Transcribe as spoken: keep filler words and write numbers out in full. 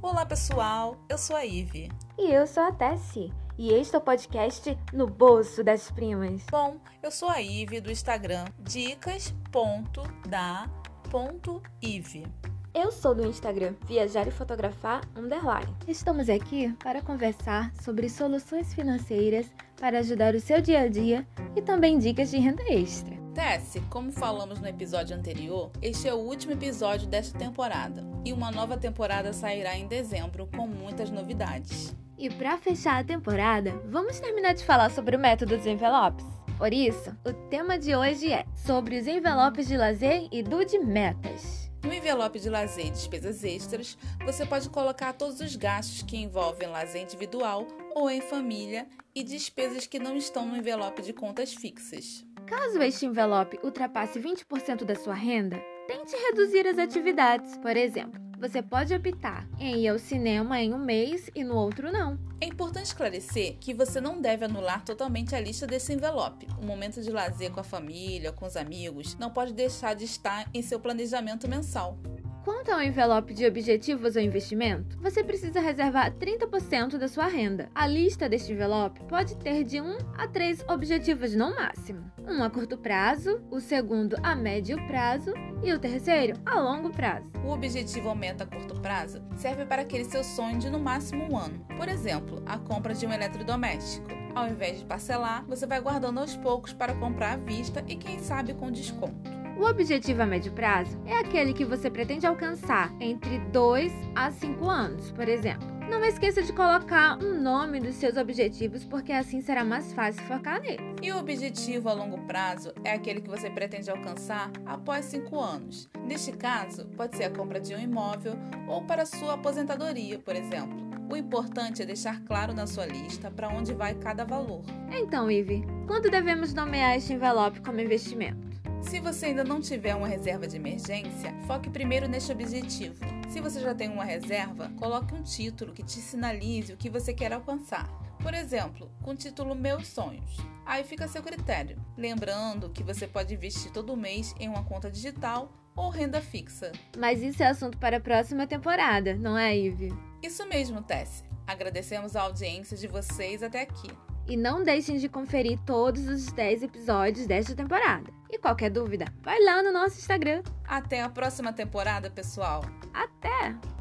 Olá pessoal, eu sou a Ive. E eu sou a Tessie. E este é o podcast No Bolso das Primas. Bom, eu sou a Ive do Instagram dicas ponto da ponto ive. Eu sou do Instagram Viajar e Fotografar Underline. Estamos aqui para conversar sobre soluções financeiras para ajudar o seu dia a dia e também dicas de renda extra. Tessie, como falamos no episódio anterior, este é o último episódio desta temporada e uma nova temporada sairá em dezembro com muitas novidades. E para fechar a temporada, vamos terminar de falar sobre o método dos envelopes. Por isso, o tema de hoje é sobre os envelopes de lazer e do de metas. No envelope de lazer e despesas extras, você pode colocar todos os gastos que envolvem lazer individual ou em família e despesas que não estão no envelope de contas fixas. Caso este envelope ultrapasse vinte por cento da sua renda, tente reduzir as atividades. Por exemplo, você pode optar em ir ao cinema em um mês e no outro não. É importante esclarecer que você não deve anular totalmente a lista desse envelope. O momento de lazer com a família, com os amigos, não pode deixar de estar em seu planejamento mensal. Quanto ao envelope de objetivos ou investimento, você precisa reservar trinta por cento da sua renda. A lista deste envelope pode ter de um a três objetivos no máximo. Um a curto prazo, o segundo a médio prazo e o terceiro a longo prazo. O objetivo ou meta a curto prazo serve para aquele seu sonho de no máximo um ano. Por exemplo, a compra de um eletrodoméstico. Ao invés de parcelar, você vai guardando aos poucos para comprar à vista e quem sabe com desconto. O objetivo a médio prazo é aquele que você pretende alcançar entre dois a cinco anos, por exemplo. Não esqueça de colocar um nome dos seus objetivos, porque assim será mais fácil focar neles. E o objetivo a longo prazo é aquele que você pretende alcançar após cinco anos. Neste caso, pode ser a compra de um imóvel ou para sua aposentadoria, por exemplo. O importante é deixar claro na sua lista para onde vai cada valor. Então, Ive, quando devemos nomear este envelope como investimento? Se você ainda não tiver uma reserva de emergência, foque primeiro neste objetivo. Se você já tem uma reserva, coloque um título que te sinalize o que você quer alcançar. Por exemplo, com o título Meus Sonhos. Aí fica a seu critério. Lembrando que você pode investir todo mês em uma conta digital ou renda fixa. Mas isso é assunto para a próxima temporada, não é, Ive? Isso mesmo, Tessie. Agradecemos a audiência de vocês até aqui. E não deixem de conferir todos os dez episódios desta temporada. E qualquer dúvida, vai lá no nosso Instagram. Até a próxima temporada, pessoal! Até!